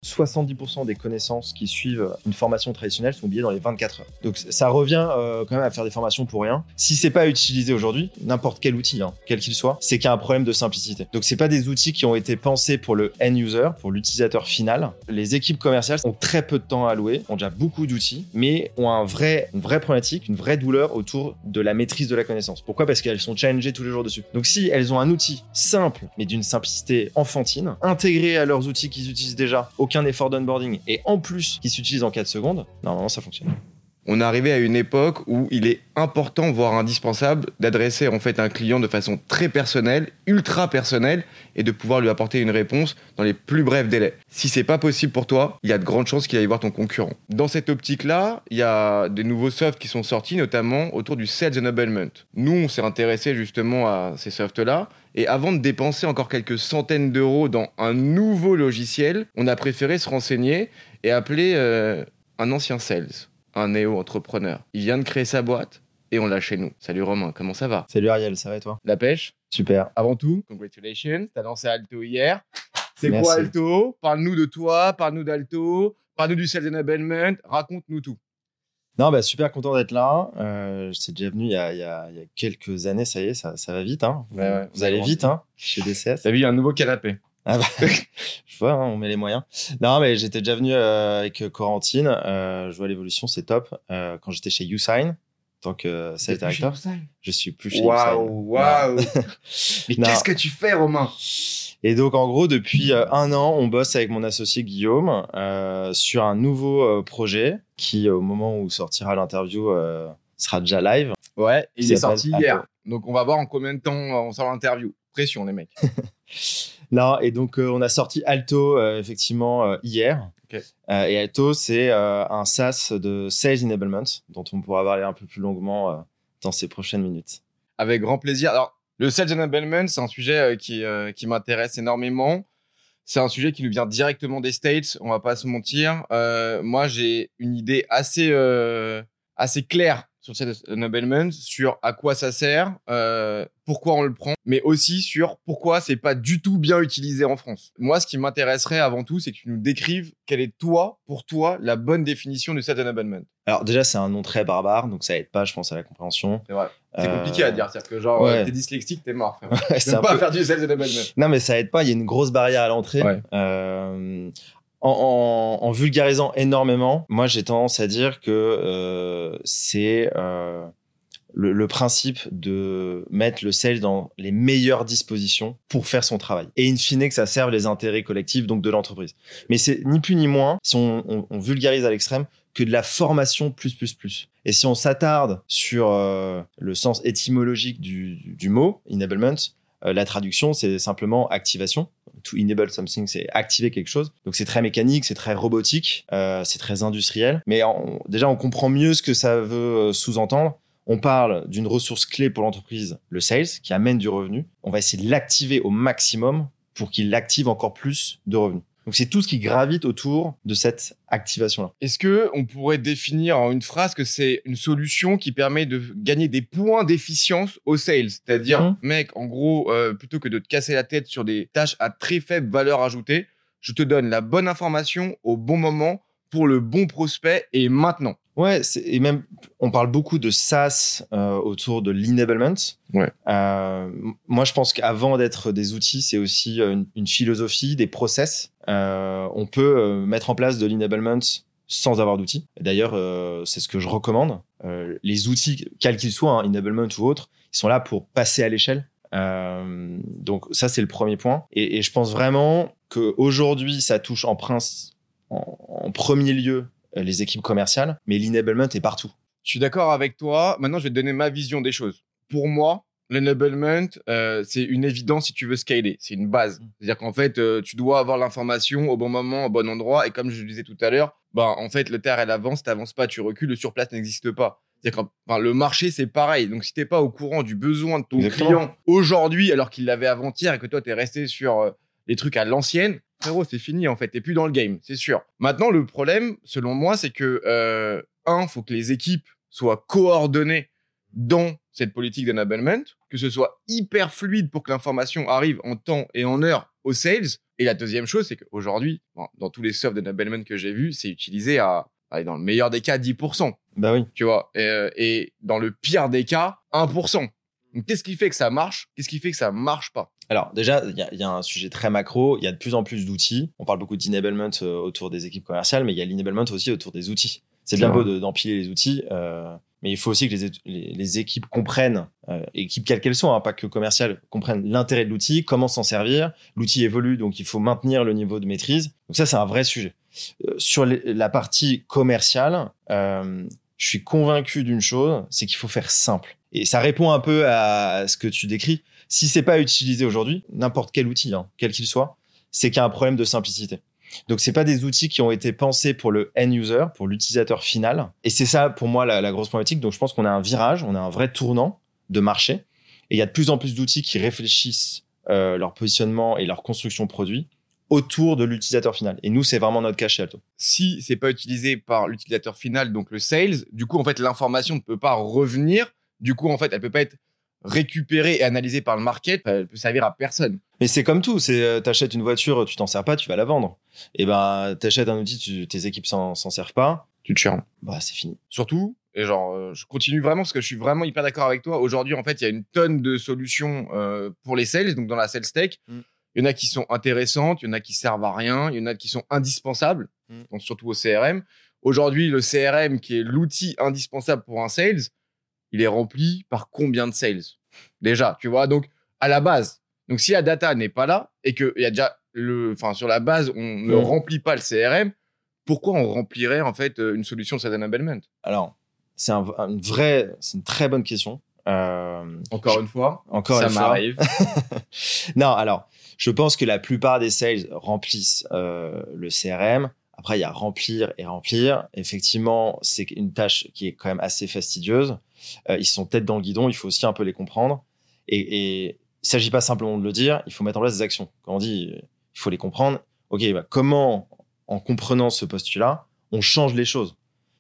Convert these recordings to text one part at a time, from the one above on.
70% des connaissances qui suivent une formation traditionnelle sont oubliées dans les 24 heures. Donc ça revient quand même à faire des formations pour rien. Si c'est pas utilisé aujourd'hui, n'importe quel outil, quel qu'il soit, c'est qu'il y a un problème de simplicité. Donc c'est pas des outils qui ont été pensés pour le end user, pour l'utilisateur final. Les équipes commerciales ont très peu de temps à allouer, ont déjà beaucoup d'outils, mais ont une vraie problématique, une vraie douleur autour de la maîtrise de la connaissance. Pourquoi ? Parce qu'elles sont challengées tous les jours dessus. Donc si elles ont un outil simple, mais d'une simplicité enfantine, intégré à leurs outils qu'ils utilisent déjà, aucun effort d'onboarding, et en plus qui s'utilise en 4 secondes, normalement ça fonctionne. On est arrivé à une époque où il est important, voire indispensable, d'adresser en fait un client de façon très personnelle, ultra personnelle, et de pouvoir lui apporter une réponse dans les plus brefs délais. Si c'est pas possible pour toi, il y a de grandes chances qu'il aille voir ton concurrent. Dans cette optique-là, il y a des nouveaux softs qui sont sortis, notamment autour du Sales Enablement. Nous, on s'est intéressé justement à ces softs-là, et avant de dépenser encore quelques centaines d'euros dans un nouveau logiciel, on a préféré se renseigner et appeler un ancien sales. Un néo-entrepreneur. Il vient de créer sa boîte et on l'a chez nous. Salut Romain, comment ça va ? Salut Ariel, ça va et toi ? La pêche ? Super. Avant tout, congratulations, t'as lancé Alto hier. C'est Merci. quoi Alto ? Parle-nous de toi, parle-nous d'Alto, parle-nous du Sales Enablement, raconte-nous tout. Non, super content d'être là. J'étais déjà venu il y a quelques années, ça y est, ça va vite. Ouais, vous allez vite chez DCS. T'as vu, il y a un nouveau canapé. Ah je vois, on met les moyens. Non, mais j'étais déjà venu avec Corentine. Je vois l'évolution, c'est top. Quand j'étais chez YouSign, en tant que sales director, je suis plus chez YouSign. Waouh. Mais qu'est-ce que tu fais, Romain ? Et donc, en gros, depuis 1 an, on bosse avec mon associé Guillaume sur un nouveau projet qui, au moment où sortira l'interview, sera déjà live. Ouais, il est sorti hier. Donc, on va voir en combien de temps on sort l'interview. Pression, les mecs. Non, et donc on a sorti Alto effectivement hier. Okay. Et Alto, c'est un SaaS de Sales Enablement dont on pourra parler un peu plus longuement dans ces prochaines minutes. Avec grand plaisir. Alors, le Sales Enablement, c'est un sujet qui m'intéresse énormément. C'est un sujet qui nous vient directement des States, on va pas se mentir. Moi, j'ai une idée assez claire sur Sales Enablement, sur à quoi ça sert, pourquoi on le prend, mais aussi sur pourquoi c'est pas du tout bien utilisé en France. Moi, ce qui m'intéresserait avant tout, c'est que tu nous décrives quelle est pour toi, la bonne définition du Sales Enablement. Alors déjà, c'est un nom très barbare, donc ça aide pas, je pense, à la compréhension. C'est vrai. C'est compliqué à dire, c'est-à-dire que genre, t'es dyslexique, t'es mort. Ouais, tu peux pas faire du Sales Enablement. Non, mais ça aide pas, il y a une grosse barrière à l'entrée. Ouais. En vulgarisant énormément, moi j'ai tendance à dire que c'est le principe de mettre le sales dans les meilleures dispositions pour faire son travail. Et in fine, que ça serve les intérêts collectifs, donc de l'entreprise. Mais c'est ni plus ni moins, si on vulgarise à l'extrême, que de la formation plus. Et si on s'attarde sur le sens étymologique du mot, enablement, la traduction, c'est simplement activation. To enable something, c'est activer quelque chose. Donc c'est très mécanique, c'est très robotique, c'est très industriel. Mais déjà, on comprend mieux ce que ça veut sous-entendre. On parle d'une ressource clé pour l'entreprise, le sales, qui amène du revenu. On va essayer de l'activer au maximum pour qu'il active encore plus de revenus. Donc c'est tout ce qui gravite autour de cette activation-là. Est-ce que on pourrait définir en une phrase que c'est une solution qui permet de gagner des points d'efficience au sales ? C'est-à-dire, mec, en gros, plutôt que de te casser la tête sur des tâches à très faible valeur ajoutée, je te donne la bonne information au bon moment pour le bon prospect et maintenant. Ouais, et même, on parle beaucoup de SaaS autour de l'enablement. Ouais. Moi, je pense qu'avant d'être des outils, c'est aussi une philosophie, des process. On peut mettre en place de l'enablement sans avoir d'outils. D'ailleurs, c'est ce que je recommande. Les outils, quels qu'ils soient, enablement ou autres, ils sont là pour passer à l'échelle. Donc ça, c'est le premier point. Et je pense vraiment qu'aujourd'hui, ça touche en premier lieu les équipes commerciales, mais l'enablement est partout. Je suis d'accord avec toi. Maintenant, je vais te donner ma vision des choses. Pour moi, l'enablement, c'est une évidence si tu veux scaler. C'est une base. C'est-à-dire qu'en fait, tu dois avoir l'information au bon moment, au bon endroit. Et comme je le disais tout à l'heure, en fait, le terre, elle avance, t'avances pas, tu recules, le surplace n'existe pas. C'est-à-dire que le marché, c'est pareil. Donc, si t'es pas au courant du besoin de ton client aujourd'hui, alors qu'il l'avait avant-hier et que toi, t'es resté sur les trucs à l'ancienne, frérot, c'est fini, en fait. T'es plus dans le game, c'est sûr. Maintenant, le problème, selon moi, c'est que, faut que les équipes soient coordonnées dans cette politique d'enablement, que ce soit hyper fluide pour que l'information arrive en temps et en heure aux sales. Et la deuxième chose, c'est qu'aujourd'hui, dans tous les softs d'enablement que j'ai vus, c'est utilisé dans le meilleur des cas, 10%. Bah oui. Tu vois, et dans le pire des cas, 1%. Donc, qu'est-ce qui fait que ça marche? Qu'est-ce qui fait que ça marche pas? Alors déjà, il y a un sujet très macro, il y a de plus en plus d'outils. On parle beaucoup d'enablement autour des équipes commerciales, mais il y a l'enablement aussi autour des outils. C'est bien beau d'empiler les outils, mais il faut aussi que les équipes comprennent, équipes quelles qu'elles soient, hein, pas que commerciales, comprennent l'intérêt de l'outil, comment s'en servir. L'outil évolue, donc il faut maintenir le niveau de maîtrise. Donc ça, c'est un vrai sujet. Sur la partie commerciale, je suis convaincu d'une chose, c'est qu'il faut faire simple. Et ça répond un peu à ce que tu décris. Si c'est pas utilisé aujourd'hui, n'importe quel outil, hein, quel qu'il soit, c'est qu'il y a un problème de simplicité. Donc, c'est pas des outils qui ont été pensés pour le end user, pour l'utilisateur final. Et c'est ça, pour moi, la grosse problématique. Donc, je pense qu'on a un virage, on a un vrai tournant de marché. Et il y a de plus en plus d'outils qui réfléchissent leur positionnement et leur construction produit autour de l'utilisateur final. Et nous, c'est vraiment notre cas chez Alto. Si c'est pas utilisé par l'utilisateur final, donc le sales, du coup, en fait, l'information ne peut pas revenir. Du coup, en fait, elle peut pas être récupérée et analysée par le market. Elle peut servir à personne. Mais c'est comme tout. T'achètes une voiture, tu t'en sers pas, tu vas la vendre. Et ben, t'achètes un outil, tes équipes s'en servent pas. Tu te churnes. Bah, c'est fini. Surtout, et je continue vraiment parce que je suis vraiment hyper d'accord avec toi. Aujourd'hui, en fait, il y a une tonne de solutions pour les sales, donc dans la sales tech. Il y en a qui sont intéressantes, il y en a qui servent à rien, il y en a qui sont indispensables, donc surtout au CRM. Aujourd'hui, le CRM, qui est l'outil indispensable pour un sales, il est rempli par combien de sales? Déjà, tu vois, donc à la base. Donc si la data n'est pas là et qu'il y a déjà sur la base, on ne remplit pas le CRM, pourquoi on remplirait en fait une solution de sales enablement? Alors, c'est une très bonne question. Encore une fois, ça m'arrive. Non, alors, je pense que la plupart des sales remplissent le CRM. Après, il y a remplir et remplir. Effectivement, c'est une tâche qui est quand même assez fastidieuse. Ils sont tête dans le guidon, il faut aussi un peu les comprendre. Et il ne s'agit pas simplement de le dire, il faut mettre en place des actions. Quand on dit il faut les comprendre, ok, comment, en comprenant ce postulat, on change les choses?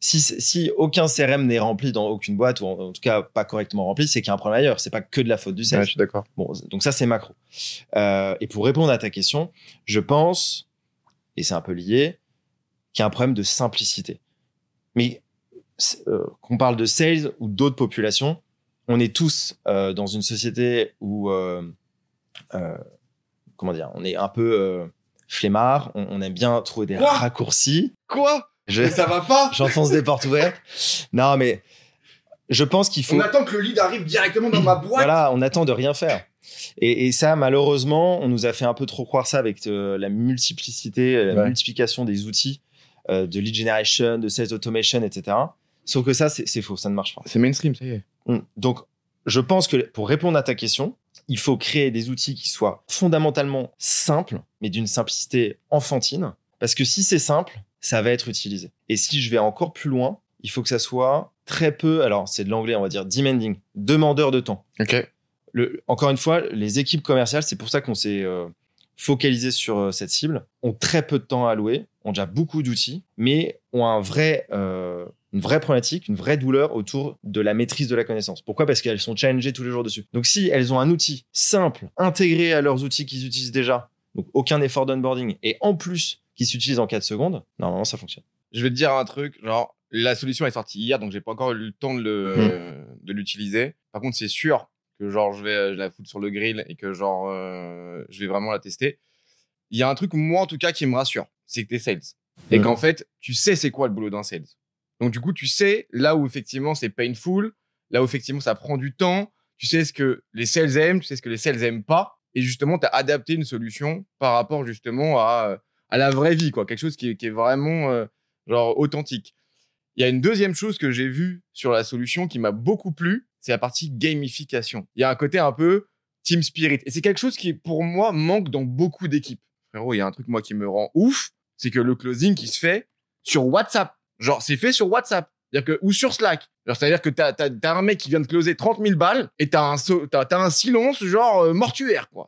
Si aucun CRM n'est rempli dans aucune boîte, ou en tout cas pas correctement rempli, c'est qu'il y a un problème ailleurs. C'est pas que de la faute du sales. Ouais, je suis d'accord. Bon, donc ça, c'est macro. Et pour répondre à ta question, je pense, et c'est un peu lié, qu'il y a un problème de simplicité. Mais qu'on parle de sales ou d'autres populations, on est tous dans une société où, comment dire, on est un peu flemmard, on aime bien trouver des raccourcis. Quoi? Mais ça va pas. J'enfonce des portes ouvertes. Non, mais je pense qu'il faut... On attend que le lead arrive directement dans ma boîte. Voilà, on attend de rien faire. Et ça, malheureusement, on nous a fait un peu trop croire ça avec la multiplicité, la multiplication des outils de lead generation, de sales automation, etc. Sauf que ça, c'est faux, ça ne marche pas. C'est mainstream, ça y est. Donc, je pense que pour répondre à ta question, il faut créer des outils qui soient fondamentalement simples, mais d'une simplicité enfantine. Parce que si c'est simple, ça va être utilisé. Et si je vais encore plus loin, il faut que ça soit très peu, alors c'est de l'anglais, on va dire demanding, demandeur de temps. Ok. Encore une fois, les équipes commerciales, c'est pour ça qu'on s'est focalisé sur cette cible, ont très peu de temps à allouer, ont déjà beaucoup d'outils, mais ont une vraie problématique, une vraie douleur autour de la maîtrise de la connaissance. Pourquoi? Parce qu'elles sont challengées tous les jours dessus. Donc si elles ont un outil simple, intégré à leurs outils qu'ils utilisent déjà, donc aucun effort d'onboarding, et en plus qui s'utilise en 4 secondes, normalement ça fonctionne. Je vais te dire un truc, genre la solution est sortie hier, donc j'ai pas encore eu le temps de l'utiliser. Par contre, c'est sûr que genre je vais la foutre sur le grill et que genre je vais vraiment la tester. Il y a un truc, moi en tout cas, qui me rassure, c'est que t'es sales. Et qu'en fait, tu sais c'est quoi le boulot d'un sales. Donc du coup, tu sais là où effectivement c'est painful, là où effectivement ça prend du temps, tu sais ce que les sales aiment, tu sais ce que les sales aiment pas, et justement, t'as adapté une solution par rapport justement à la vraie vie, quoi. Quelque chose qui est vraiment genre authentique. Il y a une deuxième chose que j'ai vue sur la solution qui m'a beaucoup plu, c'est la partie gamification. Il y a un côté un peu team spirit. Et c'est quelque chose qui, pour moi, manque dans beaucoup d'équipes. Frérot, il y a un truc, moi, qui me rend ouf, c'est que le closing qui se fait sur WhatsApp. Genre, c'est fait sur WhatsApp. Ou sur Slack. Genre, c'est-à-dire que t'as un mec qui vient de closer 30 000 balles et t'as un silence genre mortuaire, quoi.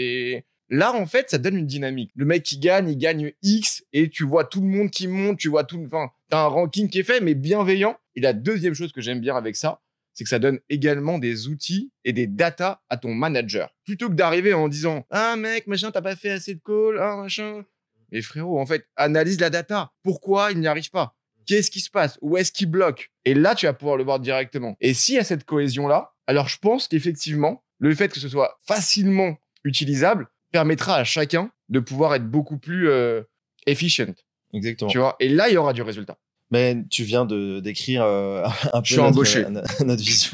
Là, en fait, ça donne une dynamique. Le mec qui gagne, il gagne X et tu vois tout le monde qui monte, tu vois t'as un ranking qui est fait, mais bienveillant. Et la deuxième chose que j'aime bien avec ça, c'est que ça donne également des outils et des data à ton manager. Plutôt que d'arriver en disant « Ah mec, machin, t'as pas fait assez de calls, ah machin. » Mais frérot, en fait, analyse la data. Pourquoi il n'y arrive pas? Qu'est-ce qui se passe? Où est-ce qu'il bloque? Et là, tu vas pouvoir le voir directement. Et s'il y a cette cohésion-là, alors je pense qu'effectivement, le fait que ce soit facilement utilisable permettra à chacun de pouvoir être beaucoup plus efficient. Exactement. Tu vois? Et là, il y aura du résultat. Mais tu viens de décrire un Je peu suis embauché. notre vision.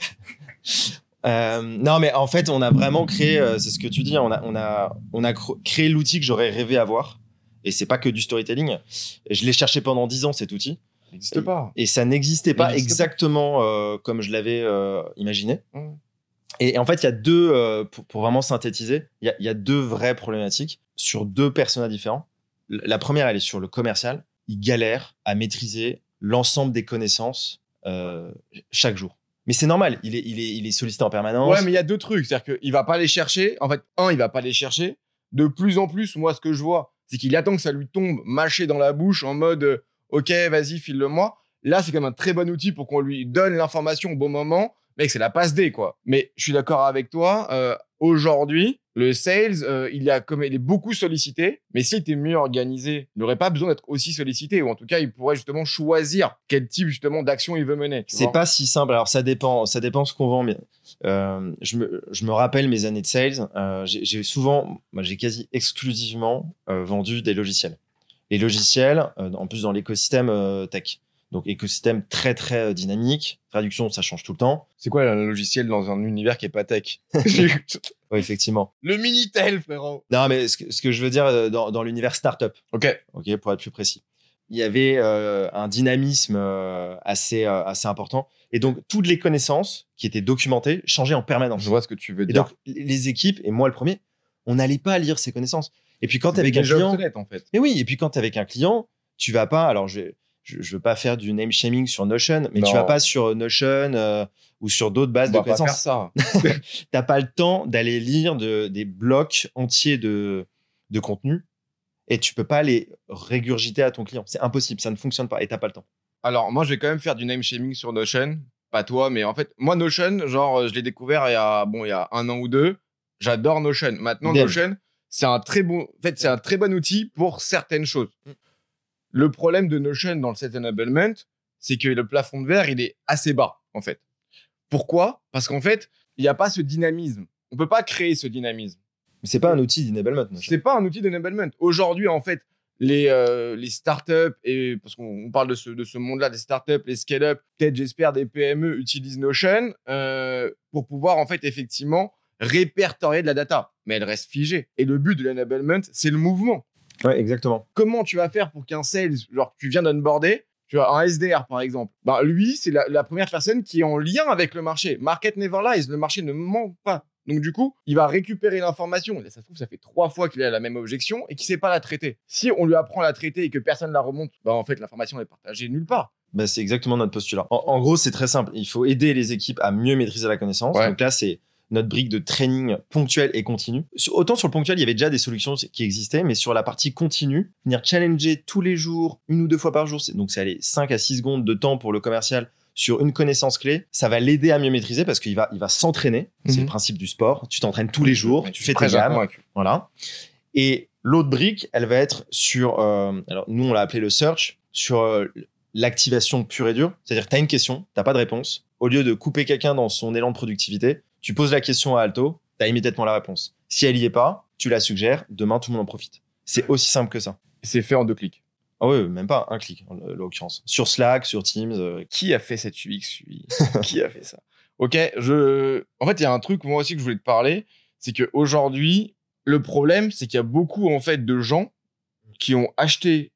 Non, mais en fait, on a vraiment créé, c'est ce que tu dis, on a créé l'outil que j'aurais rêvé avoir. Et c'est pas que du storytelling. Je l'ai cherché pendant 10 ans, cet outil. Ça n'existe pas. Et ça n'existait pas exactement comme je l'avais imaginé. Et en fait, il y a deux, pour vraiment synthétiser, il y a deux vraies problématiques sur deux personas différents. La première, elle est sur le commercial. Il galère à maîtriser l'ensemble des connaissances chaque jour. Mais c'est normal, il est sollicité en permanence. Ouais, mais il y a deux trucs. C'est-à-dire qu'il va pas les chercher. En fait, il va pas les chercher. De plus en plus, moi, ce que je vois, c'est qu'il attend que ça lui tombe mâché dans la bouche en mode OK, vas-y, file-le-moi. Là, c'est quand même un très bon outil pour qu'on lui donne l'information au bon moment. Mec, c'est la passe D, quoi. Mais je suis d'accord avec toi. Aujourd'hui, le sales, il est beaucoup sollicité. Mais s'il était mieux organisé, il n'aurait pas besoin d'être aussi sollicité. Ou en tout cas, il pourrait justement choisir quel type justement d'action il veut mener. C'est pas si simple. Alors, ça dépend ce qu'on vend. Mais, je me rappelle mes années de sales. J'ai quasi exclusivement vendu des logiciels. Les logiciels, en plus dans l'écosystème tech. Donc, écosystème très, très dynamique. Traduction, ça change tout le temps. C'est quoi un logiciel dans un univers qui est pas tech? Oui, effectivement. Le Minitel, frérot. Non, mais ce que je veux dire dans l'univers startup. OK, Pour être plus précis. Il y avait un dynamisme assez important. Et donc, toutes les connaissances qui étaient documentées changeaient en permanence. je vois ce que tu veux Et dire. donc, les équipes, et moi le premier, on n'allait pas lire ces connaissances. Et puis, quand tu es avec un déjà client... obsolète, en fait. Mais oui, et puis quand tu es avec un client, tu vas pas... Alors, je veux pas faire du name shaming sur Notion, mais tu vas pas sur Notion ou sur d'autres bases de connaissances. On va pas faire ça. T'as pas le temps d'aller lire des blocs entiers de contenu et tu peux pas les régurgiter à ton client. C'est impossible, ça ne fonctionne pas et t'as pas le temps. Alors, moi, je vais quand même faire du name shaming sur Notion. Pas toi, mais en fait, moi, Notion, genre, je l'ai découvert il y a 1 an ou 2. J'adore Notion. Maintenant, Notion, c'est un très bon outil pour certaines choses. Le problème de Notion dans le Sales Enablement, c'est que le plafond de verre, il est assez bas, en fait. Pourquoi? Parce qu'en fait, il n'y a pas ce dynamisme. On peut pas créer ce dynamisme. Mais c'est pas un outil d'enablement. C'est pas un outil d'enablement. Aujourd'hui, en fait, les startups, et parce qu'on parle de ce monde-là, des startups, les scale-up, peut-être, j'espère, des PME utilisent Notion pour pouvoir, en fait, effectivement, répertorier de la data. Mais elle reste figée. Et le but de l'enablement, c'est le mouvement. Ouais, exactement. Comment tu vas faire pour qu'un sales, genre tu viens d'onboarder, tu as un SDR par exemple, bah lui c'est la première personne qui est en lien avec le marché. Market never lies, le marché ne ment pas. Donc du coup, il va récupérer l'information. Ça se trouve, ça fait 3 fois qu'il a la même objection et qu'il sait pas la traiter. Si on lui apprend à la traiter et que personne la remonte, bah en fait l'information est partagée nulle part. Bah, c'est exactement notre postulat. En gros, c'est très simple. Il faut aider les équipes à mieux maîtriser la connaissance. Ouais. Donc là, c'est notre brique de training ponctuel et continu. Autant sur le ponctuel, il y avait déjà des solutions qui existaient, mais sur la partie continue, venir challenger tous les jours, 1 ou 2 fois par jour, donc c'est aller 5 à 6 secondes de temps pour le commercial sur une connaissance clé, ça va l'aider à mieux maîtriser parce qu'il va s'entraîner. C'est le principe du sport. Tu t'entraînes tous les jours, tu fais tes gammes. Voilà. Et l'autre brique, elle va être sur, alors nous on l'a appelé le search, sur l'activation pure et dure. C'est-à-dire que tu as une question, tu n'as pas de réponse. Au lieu de couper quelqu'un dans son élan de productivité, tu poses la question à Alto, tu as immédiatement la réponse. Si elle y est pas, tu la suggères, demain tout le monde en profite. C'est aussi simple que ça. C'est fait en 2 clics. Ah oui, même pas un clic en l'occurrence. Sur Slack, sur Teams. Qui a fait cette UX UI? Qui a fait ça? Ok, en fait, il y a un truc moi aussi que je voulais te parler, c'est qu'aujourd'hui, le problème, c'est qu'il y a beaucoup en fait de gens qui ont acheté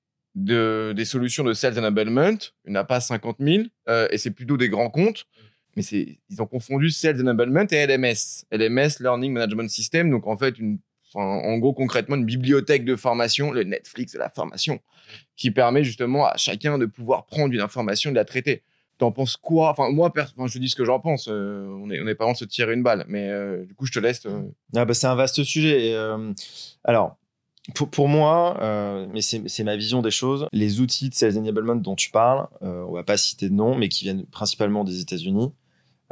des solutions de sales enablement. Il n'y en a pas 50 000 et c'est plutôt des grands comptes. Mais ils ont confondu Sales Enablement et LMS. LMS, Learning Management System. Donc, en fait, en gros, concrètement, une bibliothèque de formation, le Netflix de la formation, qui permet justement à chacun de pouvoir prendre une information et de la traiter. T'en penses quoi? Enfin, moi, je te dis ce que j'en pense. On est pas loin de se tirer une balle. Mais du coup, je te laisse. Ah bah, c'est un vaste sujet. Et, alors, pour moi, mais c'est ma vision des choses, les outils de Sales Enablement dont tu parles, on va pas citer de nom, mais qui viennent principalement des États-Unis,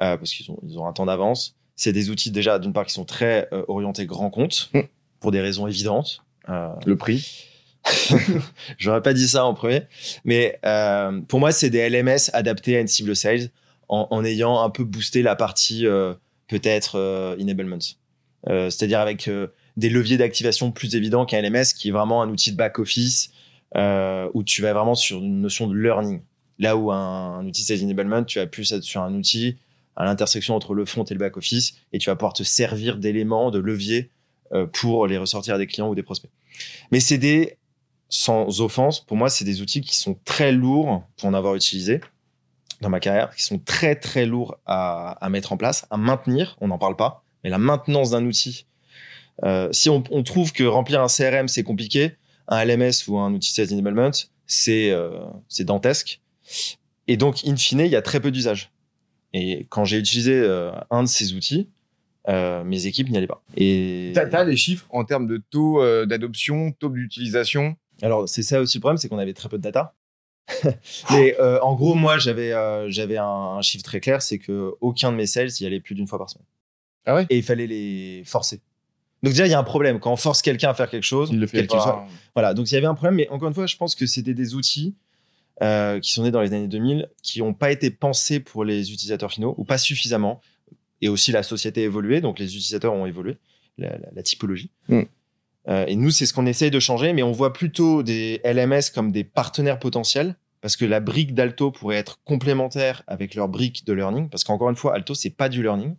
parce qu'ils ont un temps d'avance. C'est des outils déjà, d'une part, qui sont très orientés grand compte, pour des raisons évidentes. Le prix. J'aurais pas dit ça en premier, mais pour moi, c'est des LMS adaptés à une cible sales en ayant un peu boosté la partie peut-être enablement. C'est-à-dire avec des leviers d'activation plus évidents qu'un LMS qui est vraiment un outil de back-office où tu vas vraiment sur une notion de learning. Là où un outil sales enablement, tu vas plus être sur un outil à l'intersection entre le front et le back-office et tu vas pouvoir te servir d'éléments, de leviers pour les ressortir à des clients ou des prospects. Mais sans offense, pour moi, c'est des outils qui sont très lourds pour en avoir utilisé dans ma carrière, qui sont très, très lourds à mettre en place, à maintenir. On n'en parle pas, mais la maintenance d'un outil. Si on trouve que remplir un CRM, c'est compliqué, un LMS ou un outil Sales Enablement, c'est dantesque. Et donc, in fine, il y a très peu d'usage. Et quand j'ai utilisé un de ces outils, mes équipes n'y allaient pas. Et T'as les chiffres en termes de taux d'adoption, taux d'utilisation? Alors, c'est ça aussi le problème, c'est qu'on avait très peu de data. Mais en gros, moi, j'avais un chiffre très clair, c'est que aucun de mes sales y allait plus d'une fois par semaine. Ah ouais? Et il fallait les forcer. Donc déjà, il y a un problème. Quand on force quelqu'un à faire quelque chose, Il le fait quel qu'il pas. soit. Voilà, donc il y avait un problème. Mais encore une fois, je pense que c'était des outils qui sont nés dans les années 2000, qui n'ont pas été pensés pour les utilisateurs finaux, ou pas suffisamment. Et aussi, la société a évolué, donc les utilisateurs ont évolué, la typologie. Et nous, c'est ce qu'on essaye de changer, mais on voit plutôt des LMS comme des partenaires potentiels, parce que la brique d'Alto pourrait être complémentaire avec leur brique de learning, parce qu'encore une fois, Alto, c'est pas du learning,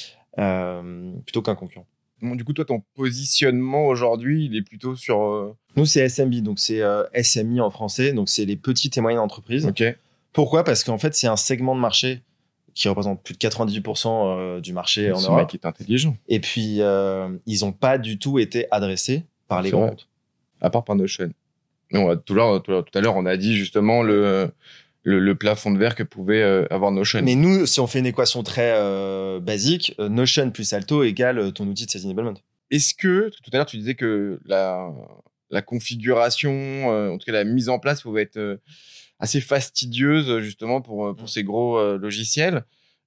plutôt qu'un concurrent. Bon, du coup, toi, ton positionnement aujourd'hui, il est plutôt sur... Nous, c'est SMB, donc c'est SMI en français, donc c'est les petites et moyennes entreprises. Ok. Pourquoi ? Parce qu'en fait, c'est un segment de marché qui représente plus de 98% du marché en Ce Europe. mec est intelligent. Et puis, ils n'ont pas du tout été adressés par les C'est grands vrai. comptes. À part par Notion. Tout à l'heure, on a dit justement le plafond de verre que pouvait avoir Notion. Mais nous, si on fait une équation très basique, Notion plus Alto égale ton outil de Sales Enablement. Est-ce que, tout à l'heure, tu disais que la configuration, en tout cas la mise en place, pouvait être assez fastidieuse justement pour ces gros logiciels.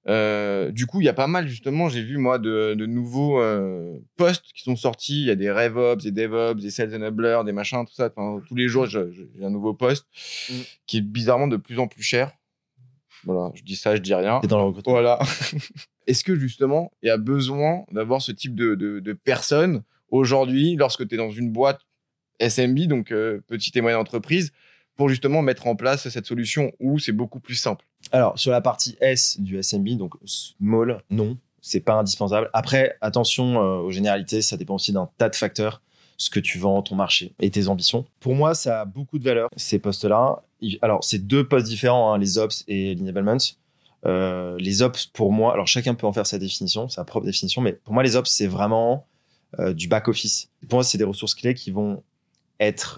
Du coup, il y a pas mal justement, j'ai vu moi de nouveaux posts qui sont sortis. Il y a des RevOps, des DevOps, des Sales Enablers, des machins, tout ça. Enfin, tous les jours, j'ai un nouveau post qui est bizarrement de plus en plus cher. Voilà, je dis ça, je dis rien. C'est dans le recrutement. Voilà. Est-ce que justement, il y a besoin d'avoir ce type de personnes aujourd'hui, lorsque tu es dans une boîte SMB, donc petite et moyenne entreprise, pour justement mettre en place cette solution où c'est beaucoup plus simple? Alors, sur la partie S du SMB, donc small, non, c'est pas indispensable. Après, attention aux généralités, ça dépend aussi d'un tas de facteurs, ce que tu vends, ton marché et tes ambitions. Pour moi, ça a beaucoup de valeur, ces postes-là. Alors, c'est deux postes différents, hein, les Ops et l'Enablement. Les Ops, pour moi, alors chacun peut en faire sa définition, sa propre définition, mais pour moi, les Ops, c'est vraiment du back-office. Pour moi, c'est des ressources clés qui vont être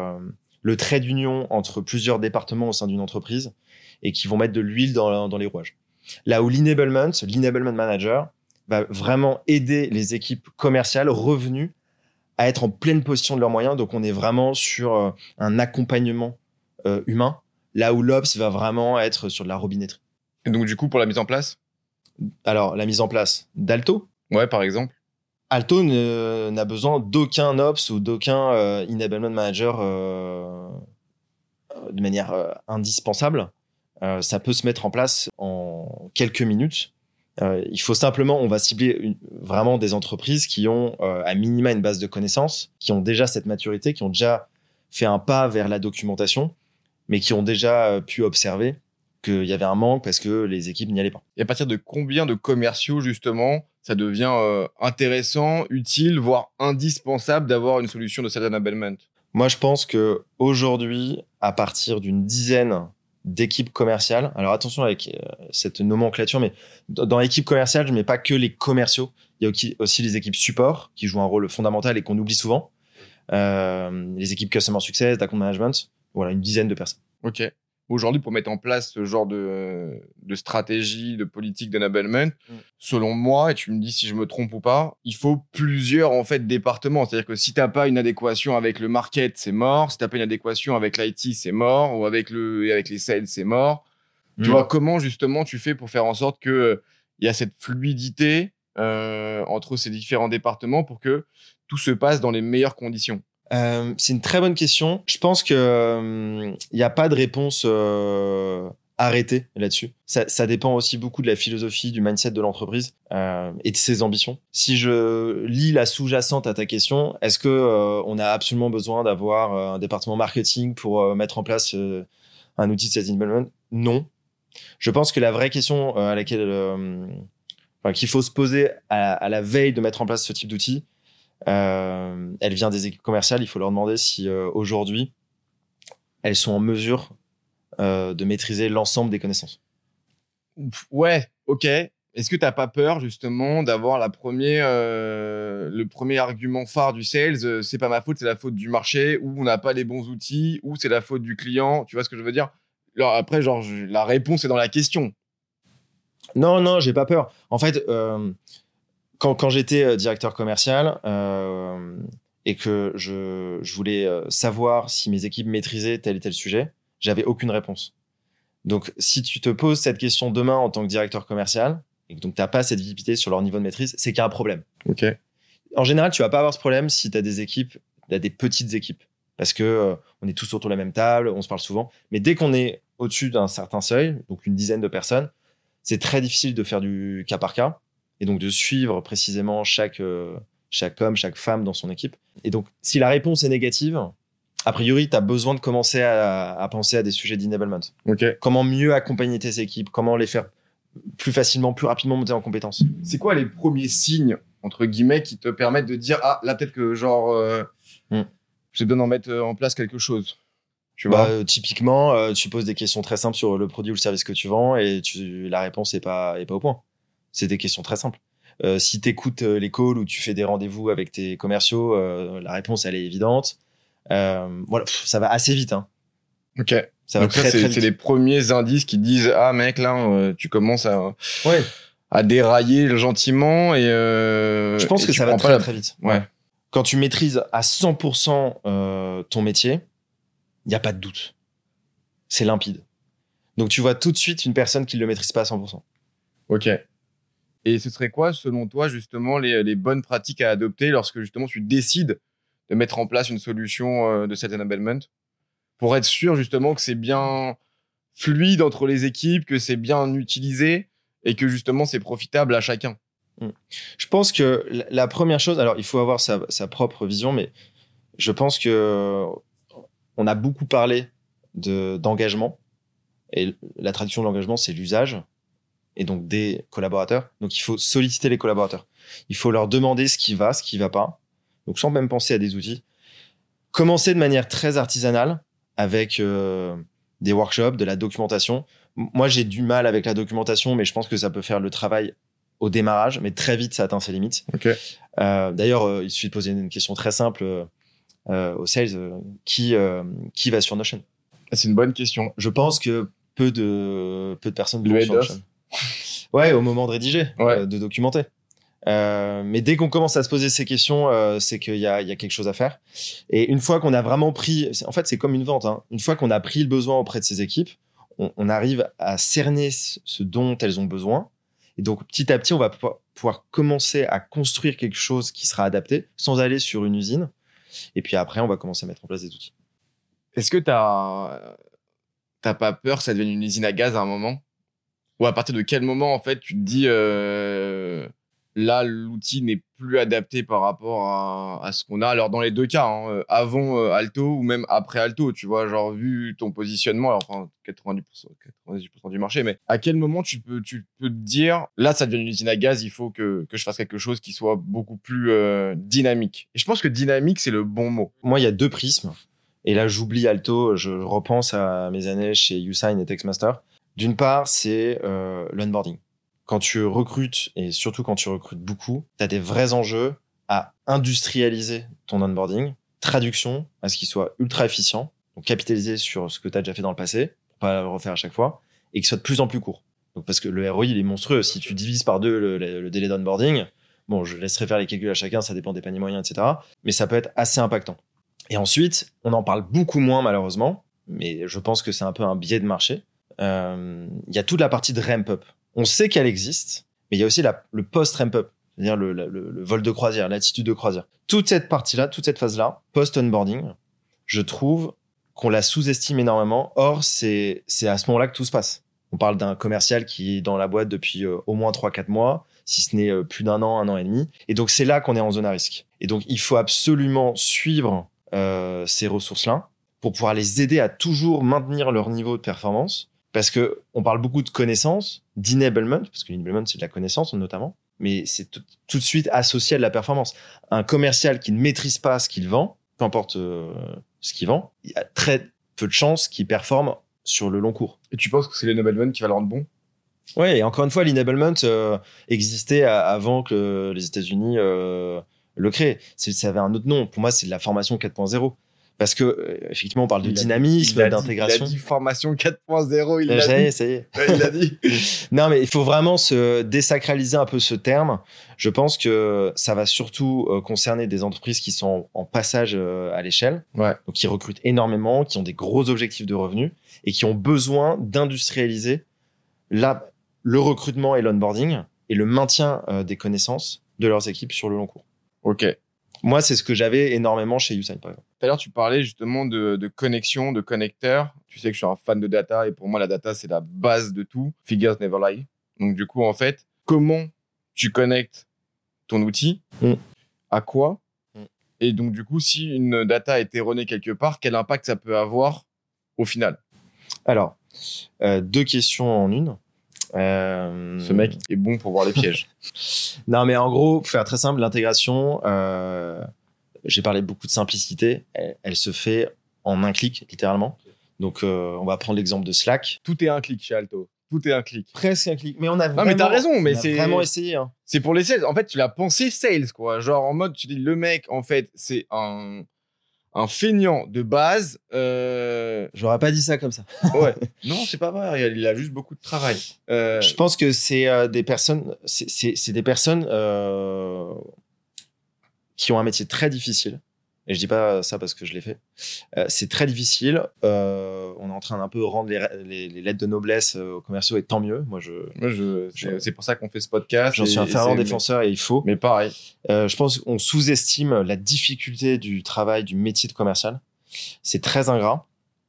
le trait d'union entre plusieurs départements au sein d'une entreprise et qui vont mettre de l'huile dans les rouages. Là où l'enablement manager va vraiment aider les équipes commerciales revenues à être en pleine possession de leurs moyens. Donc, on est vraiment sur un accompagnement humain, là où l'Ops va vraiment être sur de la robinetterie. Et donc, du coup, pour la mise en place? Alors, la mise en place d'Alto. Ouais, par exemple. Alto n'a besoin d'aucun Ops ou d'aucun enablement manager de manière indispensable. Ça peut se mettre en place en quelques minutes. Il faut simplement, on va cibler vraiment des entreprises qui ont à minima une base de connaissances, qui ont déjà cette maturité, qui ont déjà fait un pas vers la documentation, mais qui ont déjà pu observer qu'il y avait un manque parce que les équipes n'y allaient pas. Et à partir de combien de commerciaux, justement, ça devient intéressant, utile, voire indispensable d'avoir une solution de Sales Enablement? Moi, je pense qu'aujourd'hui, à partir d'une dizaine d'équipes commerciales, alors attention avec cette nomenclature, mais dans l'équipe commerciale, je ne mets pas que les commerciaux, il y a aussi les équipes support qui jouent un rôle fondamental et qu'on oublie souvent, les équipes Customer Success, d'Account Management, voilà, une dizaine de personnes. Ok. Aujourd'hui, pour mettre en place ce genre de stratégie, de politique d'enablement, selon moi, et tu me dis si je me trompe ou pas, il faut plusieurs en fait départements. C'est-à-dire que si t'as pas une adéquation avec le market, c'est mort. Si t'as pas une adéquation avec l'IT, c'est mort. Ou avec les sales, c'est mort. Tu vois, comment justement tu fais pour faire en sorte que il y a cette fluidité entre ces différents départements pour que tout se passe dans les meilleures conditions? C'est une très bonne question. Je pense que il n'y a pas de réponse arrêtée là-dessus. Ça dépend aussi beaucoup de la philosophie, du mindset de l'entreprise et de ses ambitions. Si je lis la sous-jacente à ta question, est-ce que on a absolument besoin d'avoir un département marketing pour mettre en place un outil de sales enablement? Non. Je pense que la vraie question à laquelle qu'il faut se poser à la veille de mettre en place ce type d'outil, elle vient des équipes commerciales. Il faut leur demander si aujourd'hui elles sont en mesure de maîtriser l'ensemble des connaissances. Ouais, ok. Est-ce que t'as pas peur justement d'avoir le premier argument phare du sales, c'est pas ma faute, c'est la faute du marché, ou on n'a pas les bons outils, ou c'est la faute du client, tu vois ce que je veux dire? Alors après, la réponse est dans la question. Non, j'ai pas peur. En fait, quand j'étais directeur commercial et que je voulais savoir si mes équipes maîtrisaient tel et tel sujet, j'avais aucune réponse. Donc, si tu te poses cette question demain en tant que directeur commercial et que donc t'as pas cette visibilité sur leur niveau de maîtrise, c'est qu'il y a un problème. Ok. En général, tu vas pas avoir ce problème si t'as des équipes, t'as des petites équipes, parce que on est tous autour de la même table, on se parle souvent. Mais dès qu'on est au-dessus d'un certain seuil, donc une dizaine de personnes, c'est très difficile de faire du cas par cas et donc de suivre précisément chaque homme, chaque femme dans son équipe. Et donc, si la réponse est négative, a priori, tu as besoin de commencer à penser à des sujets d'enablement. Ok. Comment mieux accompagner tes équipes, comment les faire plus facilement, plus rapidement monter en compétences. C'est quoi les premiers signes, entre guillemets, qui te permettent de dire, ah, là, peut-être que j'ai besoin d'en mettre en place quelque chose? Tu vois? Typiquement, tu poses des questions très simples sur le produit ou le service que tu vends et la réponse est pas au point. C'est des questions très simples. Si tu écoutes les calls ou tu fais des rendez-vous avec tes commerciaux, la réponse, elle est évidente. Voilà, ça va assez vite. Hein. Ok. Ça va donc très, ça, très vite. c'est les premiers indices qui disent, ah mec, là, tu commences à dérailler gentiment et je pense que ça va très, très vite. Ouais. Quand tu maîtrises à 100% ton métier, il n'y a pas de doute. C'est limpide. Donc, tu vois tout de suite une personne qui ne le maîtrise pas à 100%. Ok. Et ce serait quoi, selon toi, justement, les bonnes pratiques à adopter lorsque, justement, tu décides de mettre en place une solution de sales enablement pour être sûr, justement, que c'est bien fluide entre les équipes, que c'est bien utilisé et que, justement, c'est profitable à chacun? Je pense que la première chose, alors il faut avoir sa propre vision, mais je pense que on a beaucoup parlé d'engagement et la traduction de l'engagement, c'est l'usage et donc des collaborateurs. Donc il faut solliciter les collaborateurs. Il faut leur demander ce qui va pas. Donc sans même penser à des outils. Commencer de manière très artisanale avec des workshops, de la documentation. Moi, j'ai du mal avec la documentation, mais je pense que ça peut faire le travail au démarrage, mais très vite, ça atteint ses limites. Okay. D'ailleurs, il suffit de poser une question très simple aux sales. Qui va sur Notion? C'est une bonne question. Je pense que peu de personnes vont sur Notion. Ouais, au moment de rédiger, de documenter. Mais dès qu'on commence à se poser ces questions, c'est qu'il y a quelque chose à faire. Et une fois qu'on a vraiment pris, en fait, c'est comme une vente. Hein. Une fois qu'on a pris le besoin auprès de ces équipes, on arrive à cerner ce dont elles ont besoin. Et donc, petit à petit, on va pouvoir commencer à construire quelque chose qui sera adapté sans aller sur une usine. Et puis après, on va commencer à mettre en place des outils. Est-ce que t'as pas peur que ça devienne une usine à gaz à un moment? Ou à partir de quel moment, en fait, tu te dis là, l'outil n'est plus adapté par rapport à ce qu'on a? Alors, dans les deux cas, hein, avant Alto ou même après Alto, tu vois, genre, vu ton positionnement, alors, enfin, 98% du marché, mais à quel moment tu peux te dire, là, ça devient une usine à gaz, il faut que je fasse quelque chose qui soit beaucoup plus dynamique. Et je pense que dynamique, c'est le bon mot. Moi, il y a deux prismes. Et là, j'oublie Alto, je repense à mes années chez YouSign et Textmaster. D'une part, c'est l'onboarding. Quand tu recrutes, et surtout quand tu recrutes beaucoup, tu as des vrais enjeux à industrialiser ton onboarding, traduction, à ce qu'il soit ultra efficient, donc capitaliser sur ce que tu as déjà fait dans le passé, pour pas le refaire à chaque fois, et qu'il soit de plus en plus court. Donc, parce que le ROI, il est monstrueux. Si tu divises par deux le délai d'onboarding, bon, je laisserai faire les calculs à chacun, ça dépend des paniers moyens, etc. Mais ça peut être assez impactant. Et ensuite, on en parle beaucoup moins malheureusement, mais je pense que c'est un peu un biais de marché. Il y a toute la partie de ramp-up. On sait qu'elle existe, mais il y a aussi le post-ramp-up, c'est-à-dire le vol de croisière, l'attitude de croisière. Toute cette partie-là, toute cette phase-là, post-onboarding, je trouve qu'on la sous-estime énormément. Or, c'est à ce moment-là que tout se passe. On parle d'un commercial qui est dans la boîte depuis au moins 3-4 mois, si ce n'est plus d'un an, 1 an et demi. Et donc, c'est là qu'on est en zone à risque. Et donc, il faut absolument suivre ces ressources-là pour pouvoir les aider à toujours maintenir leur niveau de performance. Parce que on parle beaucoup de connaissances, d'enablement, parce que l'enablement, c'est de la connaissance notamment, mais c'est tout de suite associé à de la performance. Un commercial qui ne maîtrise pas ce qu'il vend, peu importe ce qu'il vend, il y a très peu de chances qu'il performe sur le long cours. Et tu penses que c'est l'enablement qui va le rendre bon? Ouais, et encore une fois, l'enablement existait avant que les États-Unis le créent. Ça avait un autre nom. Pour moi, c'est de la formation 4.0. Parce que, effectivement, on parle de dynamisme, d'intégration. Il a dit formation 4.0, Ça y est. Ouais, il l'a dit. Non, mais il faut vraiment se désacraliser un peu ce terme. Je pense que ça va surtout concerner des entreprises qui sont en passage à l'échelle. Ouais. Donc, qui recrutent énormément, qui ont des gros objectifs de revenus et qui ont besoin d'industrialiser le recrutement et l'onboarding et le maintien des connaissances de leurs équipes sur le long cours. Ok. Moi, c'est ce que j'avais énormément chez Usain, par exemple. Tout à l'heure, tu parlais justement de connexion, de connecteurs. Tu sais que je suis un fan de data et pour moi, la data, c'est la base de tout. Figures never lie. Donc, du coup, en fait, comment tu connectes ton outil à quoi et donc, du coup, si une data est erronée quelque part, quel impact ça peut avoir au final? Alors, 2 questions en une. Ce mec est bon pour voir les pièges. Non, mais en gros, pour faire très simple, l'intégration, j'ai parlé beaucoup de simplicité. Elle se fait en un clic, littéralement. Donc, on va prendre l'exemple de Slack. Tout est un clic chez Alto. Tout est un clic. Presque un clic. Mais on a non, mais t'as raison. Mais c'est vraiment essayé. Hein. C'est pour les sales. En fait, tu l'as pensé sales, quoi. Genre, en mode, tu dis, le mec, en fait, c'est un feignant de base. J'aurais pas dit ça comme ça. Ouais. Non, c'est pas vrai. Il a juste beaucoup de travail. Je pense que c'est des personnes, c'est des personnes qui ont un métier très difficile. Et je dis pas ça parce que je l'ai fait. C'est très difficile. On est en train d'un peu rendre les lettres de noblesse aux commerciaux et tant mieux. Moi, c'est pour ça qu'on fait ce podcast. J'en suis un fervent défenseur et il faut. Mais pareil. Je pense qu'on sous-estime la difficulté du travail, du métier de commercial. C'est très ingrat.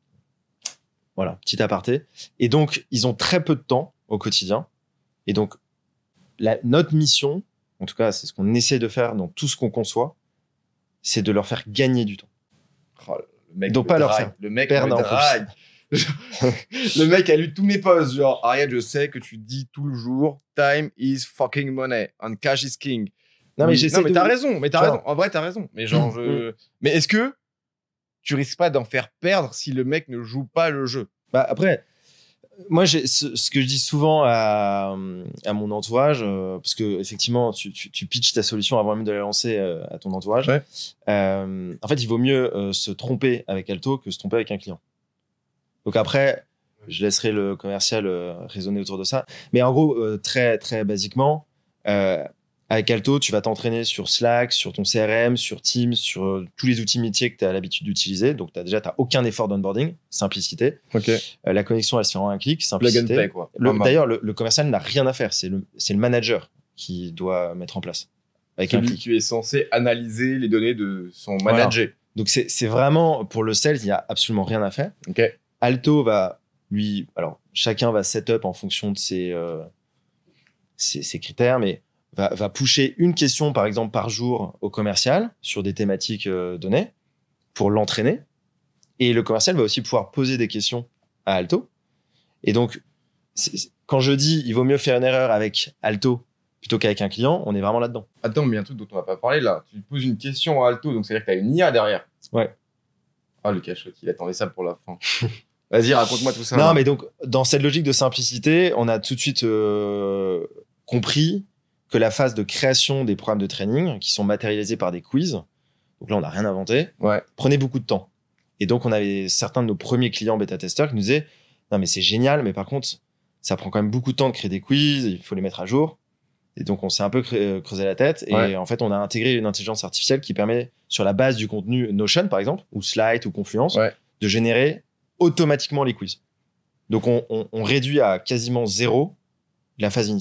Voilà, petit aparté. Et donc, ils ont très peu de temps au quotidien. Et donc, notre mission, en tout cas, c'est ce qu'on essaie de faire dans tout ce qu'on conçoit, c'est de leur faire gagner du temps. Oh, le mec donc, pas leur faire le mec perdre me drague. Le mec a lu tous mes posts. Genre, Ariel, je sais que tu dis tout le jour time is fucking money and cash is king. Non, mais j'essaie t'as raison. Mais t'as raison. En vrai, t'as raison. Mais genre, mais est-ce que tu risques pas d'en faire perdre si le mec ne joue pas le jeu? Bah, après, moi, ce que je dis souvent à mon entourage, parce que effectivement, tu pitches ta solution avant même de la lancer à ton entourage. Ouais. En fait, il vaut mieux se tromper avec Alto que se tromper avec un client. Donc après, je laisserai le commercial raisonner autour de ça. Mais en gros, très très basiquement, avec Alto, tu vas t'entraîner sur Slack, sur ton CRM, sur Teams, sur tous les outils métiers que tu as l'habitude d'utiliser. Donc, tu n'as aucun effort d'onboarding, simplicité. Ok. La connexion, elle se fait en un clic, simplicité. Plug and play, quoi. D'ailleurs, le commercial n'a rien à faire. C'est le manager qui doit mettre en place. Avec celui qui est censé analyser les données de son manager. Voilà. Donc, c'est vraiment, pour le sales, il n'y a absolument rien à faire. Ok. Alto va, lui, alors, chacun va set up en fonction de ses critères, mais va pusher une question, par exemple, par jour au commercial sur des thématiques données pour l'entraîner. Et le commercial va aussi pouvoir poser des questions à Alto. Et donc, quand je dis il vaut mieux faire une erreur avec Alto plutôt qu'avec un client, on est vraiment là-dedans. Attends, mais il y a un truc dont on va pas parler là. Tu poses une question à Alto, donc c'est-à-dire que tu as une IA derrière. Ouais. Ah, le cachotte, il attendait ça pour la fin. Vas-y, raconte-moi tout ça. Non, mais donc, dans cette logique de simplicité, on a tout de suite compris que la phase de création des programmes de training, qui sont matérialisés par des quiz, donc là, on n'a rien inventé, prenait beaucoup de temps. Et donc, on avait certains de nos premiers clients bêta-testeurs qui nous disaient « Non, mais c'est génial, mais par contre, ça prend quand même beaucoup de temps de créer des quiz, il faut les mettre à jour. » Et donc, on s'est un peu creusé la tête. Et en fait, on a intégré une intelligence artificielle qui permet, sur la base du contenu Notion, par exemple, ou Slide ou Confluence, de générer automatiquement les quiz. Donc, on réduit à quasiment 0 la phase initiale.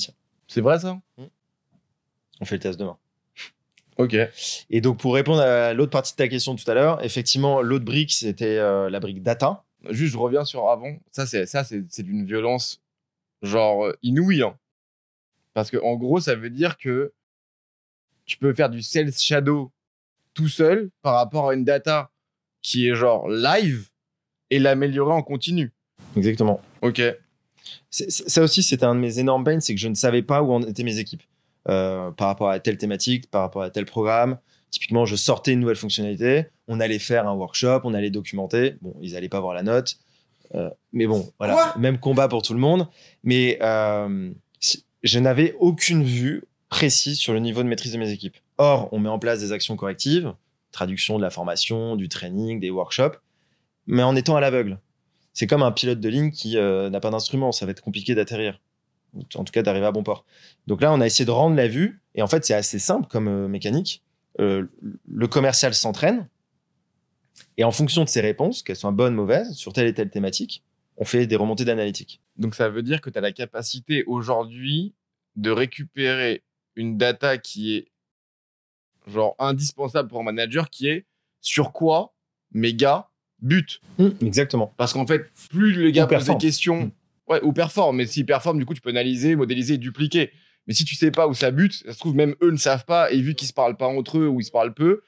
C'est vrai ça? On fait le test demain. Ok. Et donc, pour répondre à l'autre partie de ta question tout à l'heure, effectivement, l'autre brique, c'était la brique data. Juste, je reviens sur avant. Ça, c'est d'une violence genre inouïe. Hein. Parce que en gros, ça veut dire que tu peux faire du sales shadow tout seul par rapport à une data qui est genre live et l'améliorer en continu. Exactement. Ok. Ça aussi, c'était un de mes énormes pains, c'est que je ne savais pas où en étaient mes équipes. Par rapport à telle thématique, par rapport à tel programme. Typiquement, je sortais une nouvelle fonctionnalité, on allait faire un workshop, on allait documenter. Bon, ils allaient pas voir la note. Mais bon, voilà. Quoi ? Même combat pour tout le monde. Mais je n'avais aucune vue précise sur le niveau de maîtrise de mes équipes. Or, on met en place des actions correctives, traduction de la formation, du training, des workshops, mais en étant à l'aveugle. C'est comme un pilote de ligne qui n'a pas d'instrument. Ça va être compliqué d'atterrir. En tout cas, d'arriver à bon port. Donc là, on a essayé de rendre la vue. Et en fait, c'est assez simple comme mécanique. Le commercial s'entraîne. Et en fonction de ses réponses, qu'elles soient bonnes, mauvaises, sur telle et telle thématique, on fait des remontées d'analytique. Donc, ça veut dire que tu as la capacité aujourd'hui de récupérer une data qui est genre indispensable pour un manager, qui est sur quoi mes gars butent. Exactement. Parce qu'en fait, plus le gars pose des questions, ou performe, mais s'il performe, du coup, tu peux analyser, modéliser, dupliquer. Mais si tu sais pas où ça bute, ça se trouve, même eux ne savent pas, et vu qu'ils se parlent pas entre eux ou ils se parlent peu,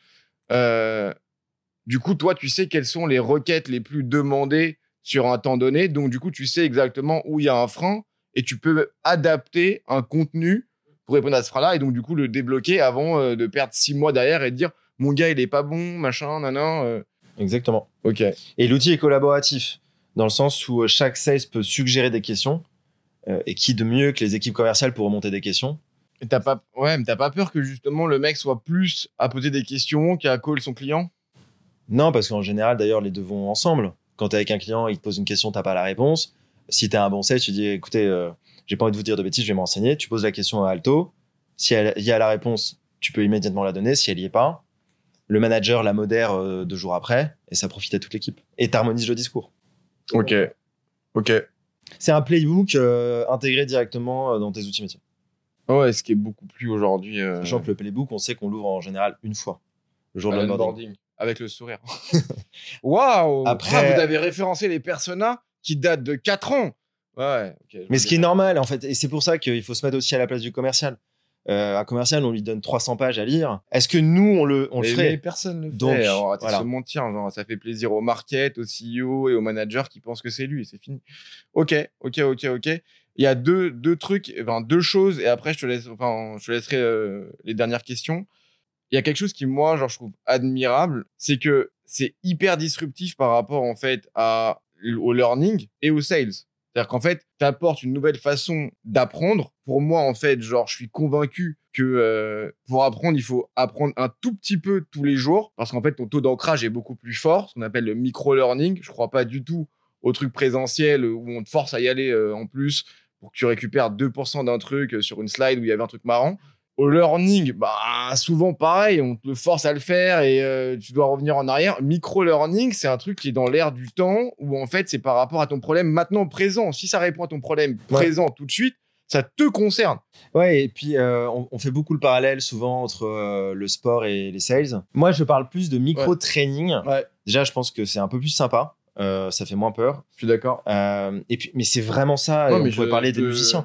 du coup, toi, tu sais quelles sont les requêtes les plus demandées sur un temps donné. Donc, du coup, tu sais exactement où il y a un frein et tu peux adapter un contenu pour répondre à ce frein-là et donc, du coup, le débloquer avant de perdre 6 mois derrière et de dire mon gars, il est pas bon, machin, nanan. Exactement. Ok. Et l'outil est collaboratif dans le sens où chaque sales peut suggérer des questions et qui de mieux que les équipes commerciales pour remonter des questions. Et t'as pas peur que justement le mec soit plus à poser des questions qu'à call son client? Non, parce qu'en général, d'ailleurs, les deux vont ensemble. Quand t'es avec un client, il te pose une question, t'as pas la réponse. Si t'es un bon sales, tu dis, écoutez, j'ai pas envie de vous dire de bêtises, je vais me renseigner. Tu poses la question à Alto. Si il y a la réponse, tu peux immédiatement la donner. Si elle y est pas, le manager la modère 2 jours après et ça profite à toute l'équipe. Et t'harmonises le discours. Ok. C'est un playbook intégré directement dans tes outils métiers. Ouais, ce qui est beaucoup plus aujourd'hui. Sachant que le playbook, on sait qu'on l'ouvre en général une fois, le jour de l'onboarding. Avec le sourire. Waouh! Après, vous avez référencé les personas qui datent de 4 ans. Ouais. Okay, mais ce qui est normal, en fait, et c'est pour ça qu'il faut se mettre aussi à la place du commercial. Un commercial, on lui donne 300 pages à lire. Est-ce que nous, on le ferait? Mais personne ne le fait. Donc, alors, voilà. se mentir, genre, ça fait plaisir au market, au CEO et au manager qui pensent que c'est lui et c'est fini. Ok. Il y a deux trucs, enfin, 2 choses, et après, je te laisserai les dernières questions. Il y a quelque chose qui, moi, genre, je trouve admirable, c'est que c'est hyper disruptif par rapport, en fait, au learning et au sales. C'est-à-dire qu'en fait, tu apportes une nouvelle façon d'apprendre. Pour moi, en fait, genre, je suis convaincu que pour apprendre, il faut apprendre un tout petit peu tous les jours parce qu'en fait, ton taux d'ancrage est beaucoup plus fort, ce qu'on appelle le micro-learning. Je crois pas du tout au truc présentiel où on te force à y aller en plus pour que tu récupères 2% d'un truc sur une slide où il y avait un truc marrant. Au learning, bah, souvent pareil, on te force à le faire et tu dois revenir en arrière. Micro-learning, c'est un truc qui est dans l'air du temps où en fait, c'est par rapport à ton problème maintenant présent. Si ça répond à ton problème présent tout de suite, ça te concerne. Ouais, et puis on fait beaucoup le parallèle souvent entre le sport et les sales. Moi, je parle plus de micro-training. Ouais. Déjà, je pense que c'est un peu plus sympa. Ça fait moins peur. Je suis d'accord. Et puis, mais c'est vraiment ça. Non, on mais pourrait parler des musiciens.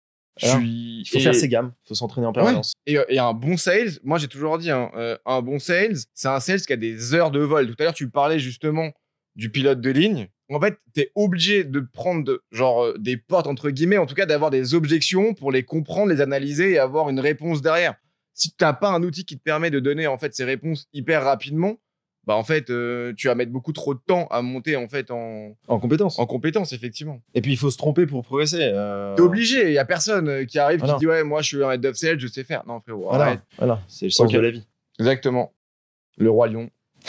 Il faut faire ses gammes, il faut s'entraîner en permanence. Ouais. Et un bon sales, moi j'ai toujours dit, un bon sales, c'est un sales qui a des heures de vol. Tout à l'heure, tu parlais justement du pilote de ligne. En fait, t'es obligé de prendre des portes, entre guillemets, en tout cas d'avoir des objections pour les comprendre, les analyser et avoir une réponse derrière. Si t'as pas un outil qui te permet de donner en fait ces réponses hyper rapidement, bah en fait tu vas mettre beaucoup trop de temps à monter en fait en compétence, effectivement. Et puis il faut se tromper pour progresser. T'es obligé, il y a personne qui arrive qui dit ouais, moi je suis un head of sales, je sais faire. Non frérot, arrête. Voilà, c'est le sens de la vie. Exactement. Le roi lion.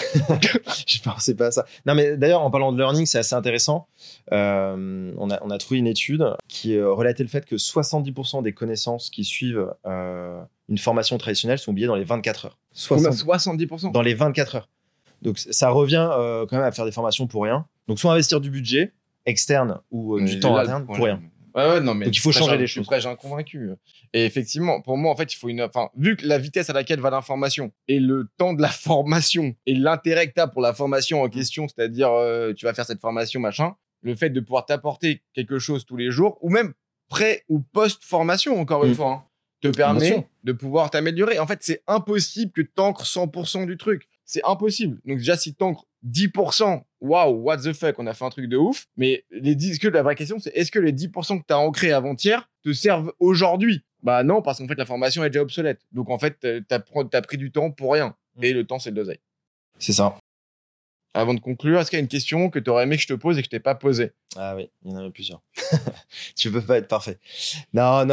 Je pensais pas à ça. Non, mais d'ailleurs, en parlant de learning, c'est assez intéressant. On a trouvé une étude qui relatait le fait que 70% des connaissances qui suivent une formation traditionnelle sont oubliées dans les 24 heures. 70% dans les 24 heures. Donc, ça revient quand même à faire des formations pour rien. Donc, soit investir du budget externe ou du temps interne pour rien. Ouais, non, mais donc il faut changer les choses. J'ai un convaincu. Et effectivement, pour moi, en fait, il faut vu que la vitesse à laquelle va l'information et le temps de la formation et l'intérêt que tu as pour la formation en question, c'est-à-dire tu vas faire cette formation, machin, le fait de pouvoir t'apporter quelque chose tous les jours ou même pré ou post-formation, encore une fois, hein, te permet de pouvoir t'améliorer. En fait, c'est impossible que t'ancres 100% du truc. C'est impossible. Donc déjà, si t'ancres 10%, waouh, what the fuck, on a fait un truc de ouf. Mais la vraie question, c'est est-ce que les 10% que t'as ancrés avant-hier te servent aujourd'hui? Bah non, parce qu'en fait, la formation est déjà obsolète. Donc en fait, t'as pris du temps pour rien. Et le temps, c'est de l'oseille. C'est ça. Avant de conclure, est-ce qu'il y a une question que t'aurais aimé que je te pose et que je t'ai pas posée? Ah oui, il y en avait plusieurs. Tu peux pas être parfait. Non.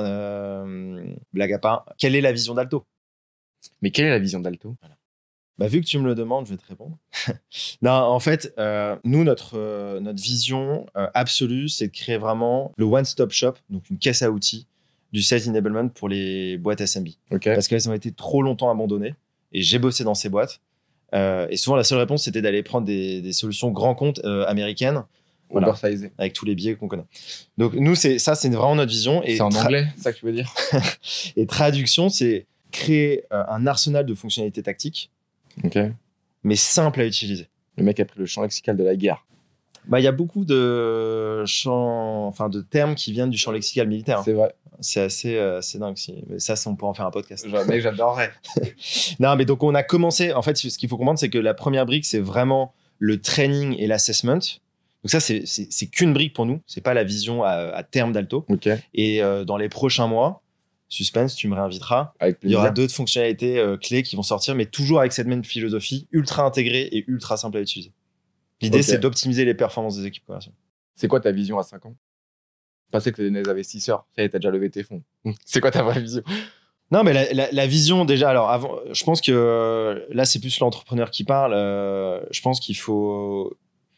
Blague à part. Quelle est la vision d'Alto? Mais quelle est la vision d'Alto? Voilà. Bah, vu que tu me le demandes, je vais te répondre. Non, en fait, nous, notre vision absolue, c'est de créer vraiment le one-stop shop, donc une caisse à outils du sales enablement pour les boîtes SMB. Okay. Parce qu'elles ont été trop longtemps abandonnées. Et j'ai bossé dans ces boîtes. Et souvent, la seule réponse, c'était d'aller prendre des solutions grands comptes américaines. Voilà, avec tous les biais qu'on connaît. Donc, nous, c'est vraiment notre vision. Et c'est en anglais, c'est ça que tu veux dire? Et traduction, c'est créer un arsenal de fonctionnalités tactiques, mais simple à utiliser. Le mec a pris le champ lexical de la guerre. Bah, y a beaucoup de termes qui viennent du champ lexical militaire. C'est vrai. C'est assez dingue. Mais ça, on peut en faire un podcast. Mais j'adorerais. Non, mais donc on a commencé. En fait, ce qu'il faut comprendre, c'est que la première brique, c'est vraiment le training et l'assessment. Donc ça, c'est qu'une brique pour nous. C'est pas la vision à terme d'Alto. Et dans les prochains mois, suspense, tu me réinviteras. Il y aura d'autres fonctionnalités clés qui vont sortir, mais toujours avec cette même philosophie, ultra intégrée et ultra simple à utiliser. L'idée, c'est d'optimiser les performances des équipes commerciales. C'est quoi ta vision à 5 ans? Passer que t'es des investisseurs, ça y est, t'as déjà levé tes fonds. C'est quoi ta vraie vision? Non, mais la vision, déjà, alors, avant, je pense que là, c'est plus l'entrepreneur qui parle. Je pense qu'il faut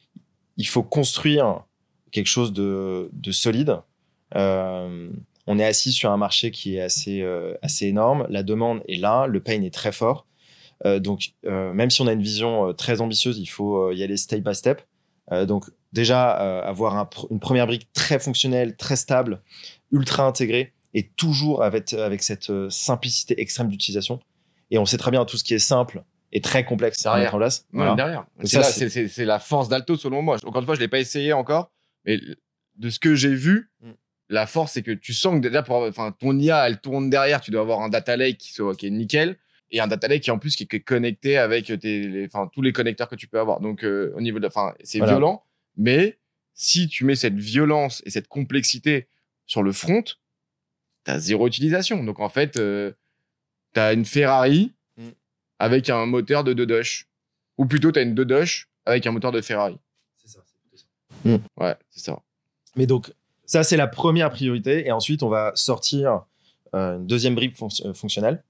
construire quelque chose de solide. On est assis sur un marché qui est assez énorme. La demande est là, le pain est très fort. Donc, même si on a une vision très ambitieuse, il faut y aller step by step. Donc, déjà, avoir une première brique très fonctionnelle, très stable, ultra intégrée, et toujours avec cette simplicité extrême d'utilisation. Et on sait très bien tout ce qui est simple et très complexe à mettre en place. Voilà. Derrière. C'est la force d'Alto, selon moi. Encore une fois, je l'ai pas essayé encore, mais de ce que j'ai vu, la force, c'est que tu sens que déjà, ton IA, elle tourne derrière. Tu dois avoir un data lake qui est nickel. Et un data lake qui en plus qui est connecté avec tous les connecteurs que tu peux avoir. Donc au niveau de c'est violent, mais si tu mets cette violence et cette complexité sur le front, t'as zéro utilisation. Donc en fait, t'as une Ferrari avec un moteur de Dodoche, ou plutôt t'as une Dodoche avec un moteur de Ferrari. C'est ça, c'est plutôt ça. Ouais, c'est ça. Mais donc ça, c'est la première priorité, et ensuite on va sortir une deuxième brique fonctionnelle.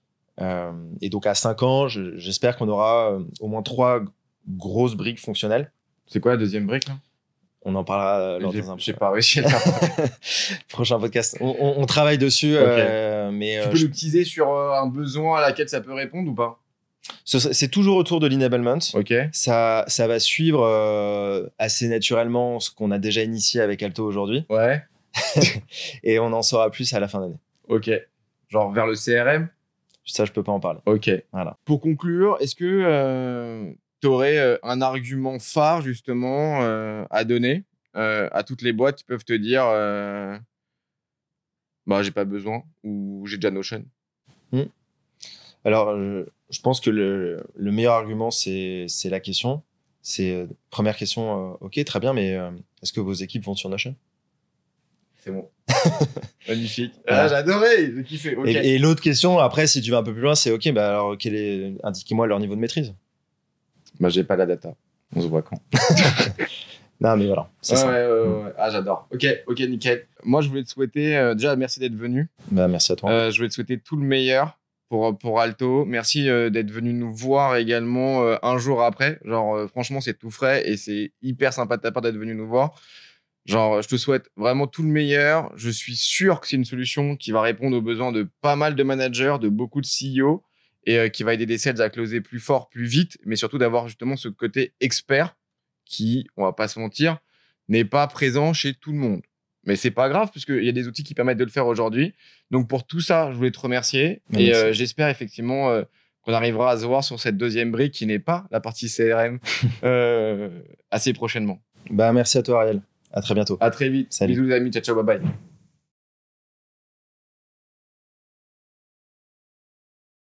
Et donc à 5 ans, j'espère qu'on aura au moins 3 grosses briques fonctionnelles. C'est quoi la deuxième brique là? On en parlera lors d'un J'ai pas réussi à le faire. Prochain podcast. On travaille dessus. Mais tu peux nous teaser sur un besoin à laquelle ça peut répondre ou pas? C'est toujours autour de l'enablement. Ça va suivre assez naturellement ce qu'on a déjà initié avec Alto aujourd'hui. Ouais. Et on en saura plus à la fin d'année. Ok. Genre vers le CRM? Ça, je peux pas en parler. Ok. Voilà. Pour conclure, est-ce que tu aurais un argument phare justement à donner à toutes les boîtes qui peuvent te dire j'ai pas besoin ou j'ai déjà Notion? Alors, je pense que le meilleur argument, c'est la question. C'est première question, ok, très bien, mais est-ce que vos équipes vont sur Notion? C'est bon. Magnifique. Ah, j'adorais, j'ai kiffé. Okay. Et l'autre question, après, si tu vas un peu plus loin, c'est ok, alors indiquez-moi leur niveau de maîtrise. J'ai pas la data. On se voit quand. Non, mais voilà. C'est ça. Ouais. Ah, j'adore. Ok, nickel. Moi, je voulais te souhaiter, déjà, merci d'être venu. Merci à toi. Je voulais te souhaiter tout le meilleur pour Alto. Merci d'être venu nous voir également un jour après. Franchement, c'est tout frais et c'est hyper sympa de ta part d'être venu nous voir. Je te souhaite vraiment tout le meilleur. Je suis sûr que c'est une solution qui va répondre aux besoins de pas mal de managers, de beaucoup de CEO et qui va aider des sales à closer plus fort, plus vite, mais surtout d'avoir justement ce côté expert qui, on va pas se mentir, n'est pas présent chez tout le monde. Mais c'est pas grave, puisqu'il y a des outils qui permettent de le faire aujourd'hui. Donc, pour tout ça, je voulais te remercier. Merci. Et j'espère effectivement qu'on arrivera à se voir sur cette deuxième brique qui n'est pas la partie CRM assez prochainement. Merci à toi, Ariel. À très bientôt. À très vite. Salut. Bisous, les amis. Ciao, ciao, bye bye.